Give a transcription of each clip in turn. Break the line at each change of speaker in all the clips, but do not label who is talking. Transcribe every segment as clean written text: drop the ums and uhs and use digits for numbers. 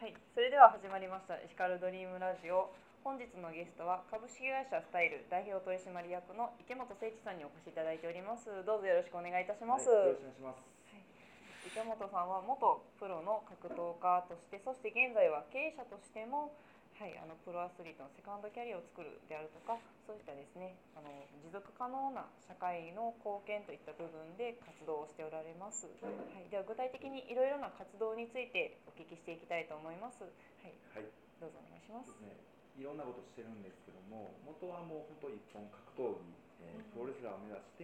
はい、それでは始まりましたエシカルドリームラジオ。本日のゲストは株式会社スタイル代表取締役の池本誠一さんにお越しいただいております。どうぞよろしくお願いいたします。
よろしくお願いします。
はい、池本さんは元プロの格闘家として、そして現在は経営者としても、はい、プロアスリートのセカンドキャリアを作るであるとか、そういったですね、持続可能な社会の貢献といった部分で活動をしておられます。はい、では具体的にいろいろな活動についてお聞きしていきたいと思います。はい、
はい、
どうぞお願いします。
ですね。いろんなことしてるんですけども、元はもう本当一本格闘技、プロレスラーを目指して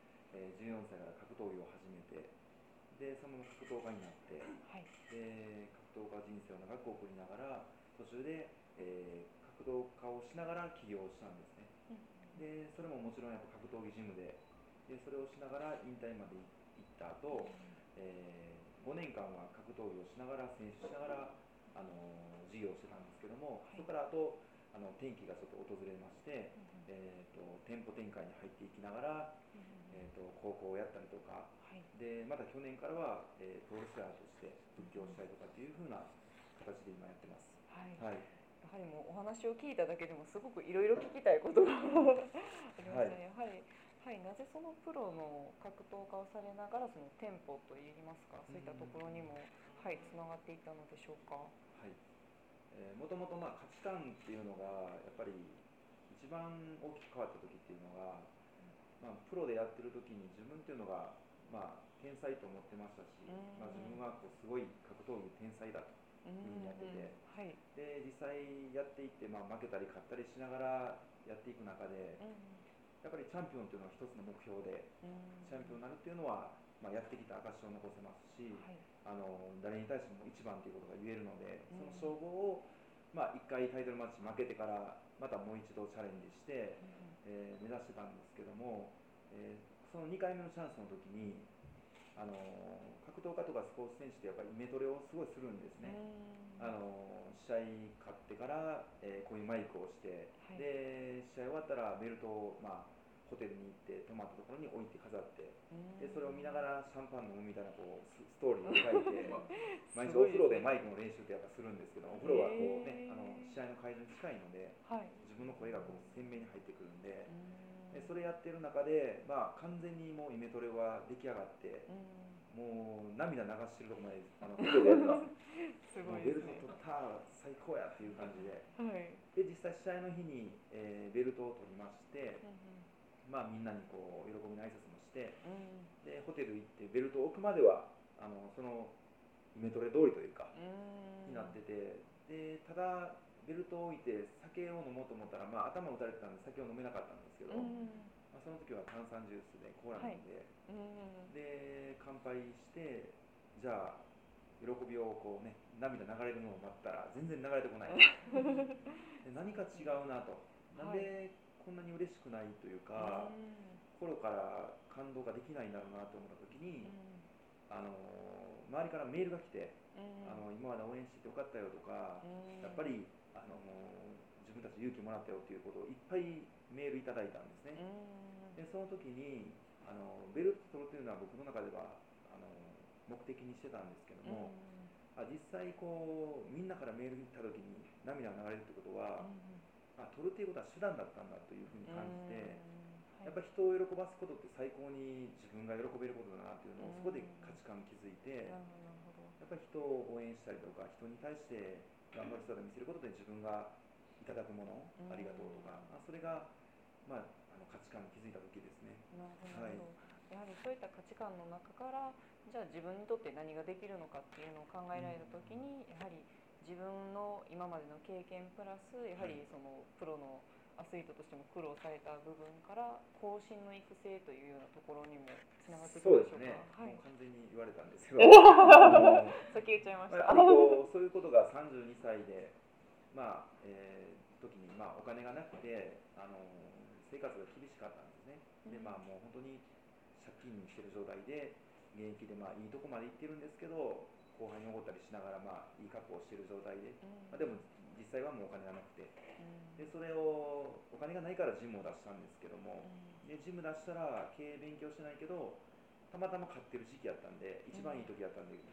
、14歳から格闘技を始めて、でそのまま格闘家になって、
はい、
で格闘家人生を長く送りながら、途中で、格闘家をしながら起業をしたんですね。でそれももちろんやっぱ格闘技ジムで、それをしながら引退まで行った後、5年間は格闘技をしながら選手しながら事業をしてたんですけども、そこからあと転機がちょっと訪れまして、店舗展開に入っていきながら、高校をやったりとか、でまた去年からは、プロレスラーとして復帰をしたりとかっていう風な形で今やってます。
はい、やはりもうお話を聞いただけでもすごくいろいろ聞きたいことがありますね。やはり、はい、なぜそのプロの格闘家をされながらその店舗といいますか、そういったところにも、はい、つながっていったのでしょうか。
はい、もともと価値観っていうのがやっぱり一番大きく変わった時っていうのが、プロでやってる時に自分っていうのが、天才と思ってましたし、自分はこうすごい格闘技天才だというふうにやってて、
はい、
で実際やっていって、負けたり勝ったりしながらやっていく中で、やっぱりチャンピオンっていうのは一つの目標で、チャンピオンになるっていうのは、やってきた証を残せますし、はい、誰に対しても一番ということが言えるので、その称号を、1回タイトルマッチ負けてからまたもう一度チャレンジして、目指してたんですけども、その2回目のチャンスの時に格闘家とかスポーツ選手ってやっぱりイメトレをすごいするんですね。試合勝ってから、こういうマイクをして、はい、で試合終わったらベルトを、ホテルに行って泊まったところに置いて飾って、でそれを見ながらシャンパン飲むみたいなこうストーリーを書いて毎日お風呂でマイクの練習ってやっぱするんですけど、お風呂はこう、ね、試合の会場に近いので、はい、自分の声がこう鮮明に入ってくるんで、それやってる中で、完全にもうイメトレは出来上がって、もう涙流してるところまでフルでやってますね。すごいですね。ベルト取った最高やっていう感じで、はい、で実際試合の日に、ベルトを取りまして、みんなにこう喜びの挨拶もして、でホテル行ってベルトを置くまではそのイメトレ通りというかになってて、でただベルトを置いて酒を飲もうと思ったら、頭打たれてたんで酒を飲めなかったんですけど、その時は炭酸ジュースでコーラ飲んで、で乾杯して、じゃあ喜びをこうね、涙流れるのを待ったら全然流れてこないで何か違うなと、なんでこんなに嬉しくないというか、心から感動ができないんだろうなと思った時に、周りからメールが来て、今まで応援しててよかったよとか、やっぱり自分たち勇気もらったよということをいっぱいメールいただいたんですね。でその時にベルト取るというのは僕の中では目的にしてたんですけども、実際こうみんなからメールに来た時に涙が流れるということは、取るということは手段だったんだというふうに感じて、やっぱり人を喜ばすことって最高に自分が喜べることだなというのをそこで価値観に気づいて、やっぱり人を応援したりとか人に対して頑張る姿を見せることで自分がいただくもの、ありがとうとか、それが、価値観に気づいた時ですね。
なるほど、はい、やはりそういった価値観の中からじゃあ自分にとって何ができるのかっていうのを考えられた時に、やはり自分の今までの経験プラスやはりそのプロのアスリートとしても苦労された部分から後進の育成というようなところにもつながってくるでしょうか。
そうですね、はい、もう完全に言われたんですけど
先言っちゃいました。
そういうことが32歳で、時に、お金がなくて生活が厳しかったんですね。でもう本当に借金してる状態で現役でいいとこまで行ってるんですけど、後輩におごったりしながらいい格好をしてる状態で、でも実際はもうお金がなくて、でそれをお金がないからジムを出したんですけども、でジム出したら経営勉強してないけどたまたま買ってる時期やったんで、一番いい時やったんで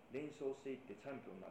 連勝していってチャンピオンになって、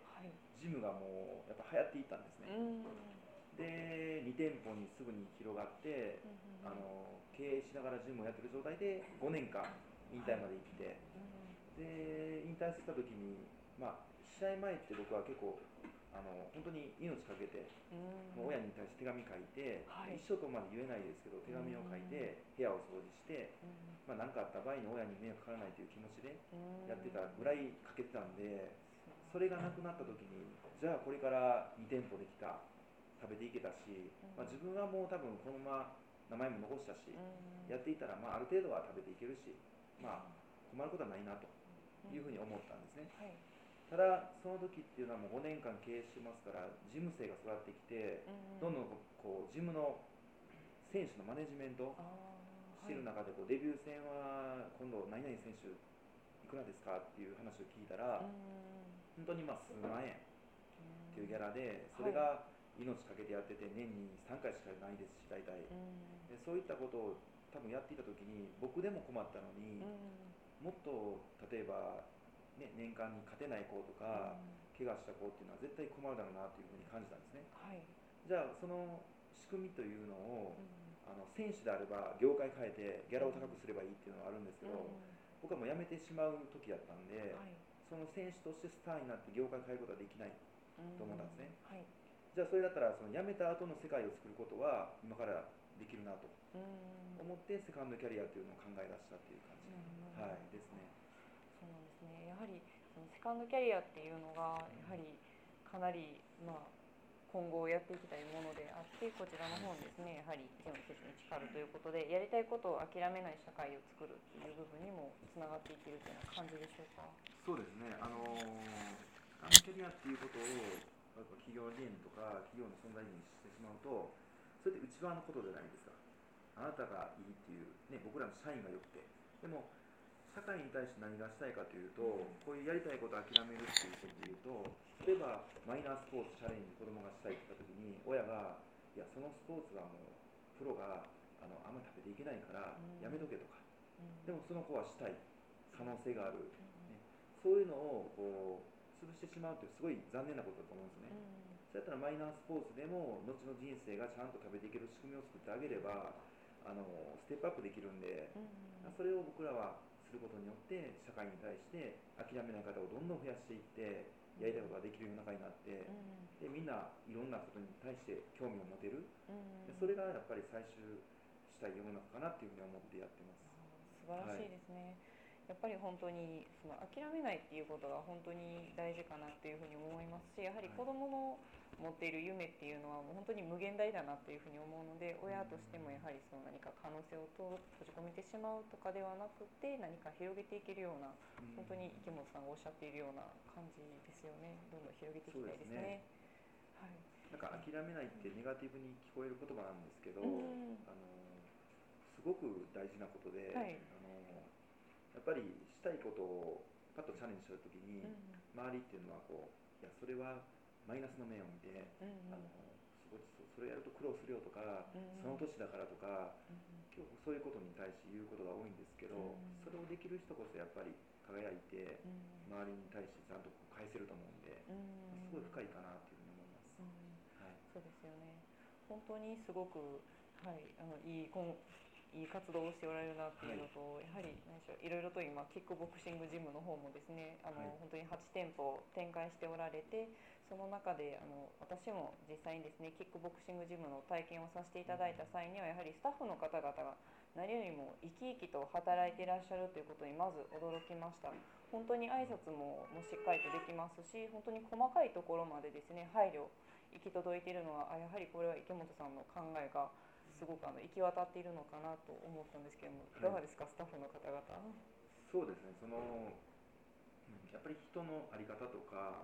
はい、
ジムがもうやっぱ流行っていったんですね。で2店舗にすぐに広がって、経営しながらジムをやってる状態で5年間引退まで行って、で引退した時に、試合前って僕は結構本当に命かけて、もう親に対して手紙書いて、
はい、
一生とまで言えないですけど手紙を書いて部屋を掃除して、何かあった場合に親に迷惑かからないという気持ちでやってたぐらいかけてたんで、それがなくなった時にじゃあこれから2店舗できた、食べていけたし、自分はもう多分このまま名前も残したし、やっていったらある程度は食べていけるし、困ることはないなというふうに思ったんですね。
はい、
ただその時っていうのはもう5年間経営してますから、事務生が育ってきて、どんどんこうジムの選手のマネジメントしている中で、デビュー戦は今度何々選手いくらですかっていう話を聞いたら、本当に数万円っていうギャラで、それが命かけてやってて年に3回しかないですし、大体でそういったことを多分やっていた時に僕でも困ったのに、もっと例えば、年間に勝てない子とか、怪我した子っていうのは絶対困るだろうなというふうに感じたんですね。
はい、
じゃあその仕組みというのを、選手であれば業界変えてギャラを高くすればいいっていうのはあるんですけど、僕はもう辞めてしまう時だったんで、
はい、
その選手としてスターになって業界変えることはできないと思ったんですね。
はい、
じゃあそれだったらその辞めた後の世界を作ることは今からできるなと思ってセカンドキャリアというのを考え出したっていう感じ、ですね。
そうなんですね。やはりそのセカンドキャリアっていうのがやはりかなり今後やっていきたいものであって、こちらの方にですね、やはり池本選手に誓うということで、やりたいことを諦めない社会を作るっていう部分にもつながっていけるというような感じでしょうか。
そうですね、セカンドキャリアっていうことを企業理念とか企業の存在意義にしてしまうと、それって内側のことじゃないですか。あなたがいいっていう、僕らの社員がよくて、でも社会に対して何がしたいかというと、こういうやりたいことを諦めるっていうことでいうと、例えばマイナースポーツチャレンジ子供がしたいって言った時に、親がいやそのスポーツはもうプロがあんまり食べていけないからやめとけとか、でもその子はしたい可能性がある、そういうのをこう潰してしまうというすごい残念なことだと思うんですね。そうやったらマイナースポーツでも後の人生がちゃんと食べていける仕組みを作ってあげれば、ステップアップできるんで、それを僕らはすることによって社会に対して諦めない方をどんどん増やしていって、やりたいことができる世の中になって、でみんないろんなことに対して興味を持てる、でそれがやっぱり最終したい世の中かなっていうふうに思ってやってます。
素晴らしいですね。やっぱり本当にその諦めないっていうことが本当に大事かなっていうふうに思いますし、やはり子どもの持っている夢っていうのはもう本当に無限大だなっていうふうに思うので、親としてもやはりその何か可能性を閉じ込めてしまうとかではなくて、何か広げていけるような、本当に池本さんがおっしゃっているような感じですよね。どんどん広げていきたいですね。はい、
なんか諦めないってネガティブに聞こえる言葉なんですけど、すごく大事なことで、
はい、
やっぱりしたいことをパッとチャレンジしたときに、周りっていうのはこう、いやそれはマイナスの面を見て、すごいそれやると苦労するよとか、その年だからとか、結構そういうことに対して言うことが多いんですけど、それをできる人こそやっぱり輝いて、周りに対してちゃんと返せると思うんで、すごい深いかなというふうに思います。
そうですよね。本当にすごく、はい、いい活動をしておられるなっていうのと、やはり何でしょう、いろいろと今キックボクシングジムの方もですね、本当に8店舗展開しておられて、その中で私も実際にですねキックボクシングジムの体験をさせていただいた際には、やはりスタッフの方々が何よりも生き生きと働いていらっしゃるということにまず驚きました。本当に挨拶もしっかりとできますし、本当に細かいところまでですね配慮行き届いているのは、やはりこれは池本さんの考えがすごく行き渡っているのかなと思ったんですけども、いかがですか、スタッフの方々。
そうですね、やっぱり人の在り方とか、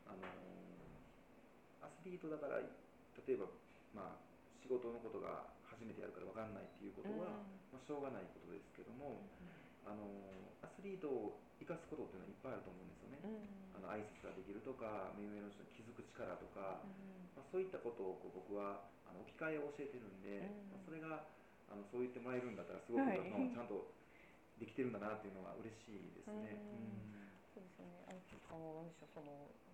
アスリートだから例えば、仕事のことが初めてやるから分かんないっていうことは、しょうがないことですけども、アスリートを生かすことっていうのはいっぱいあると思うんですよね。挨拶ができるとか、目上の人に気づく力とか、そういったことを僕は置き換えを教えてるんで、それがそう言ってもらえるんだったらすごく、ちゃんとできてるんだなっていうのは嬉しいですね。
そうですよね。 よその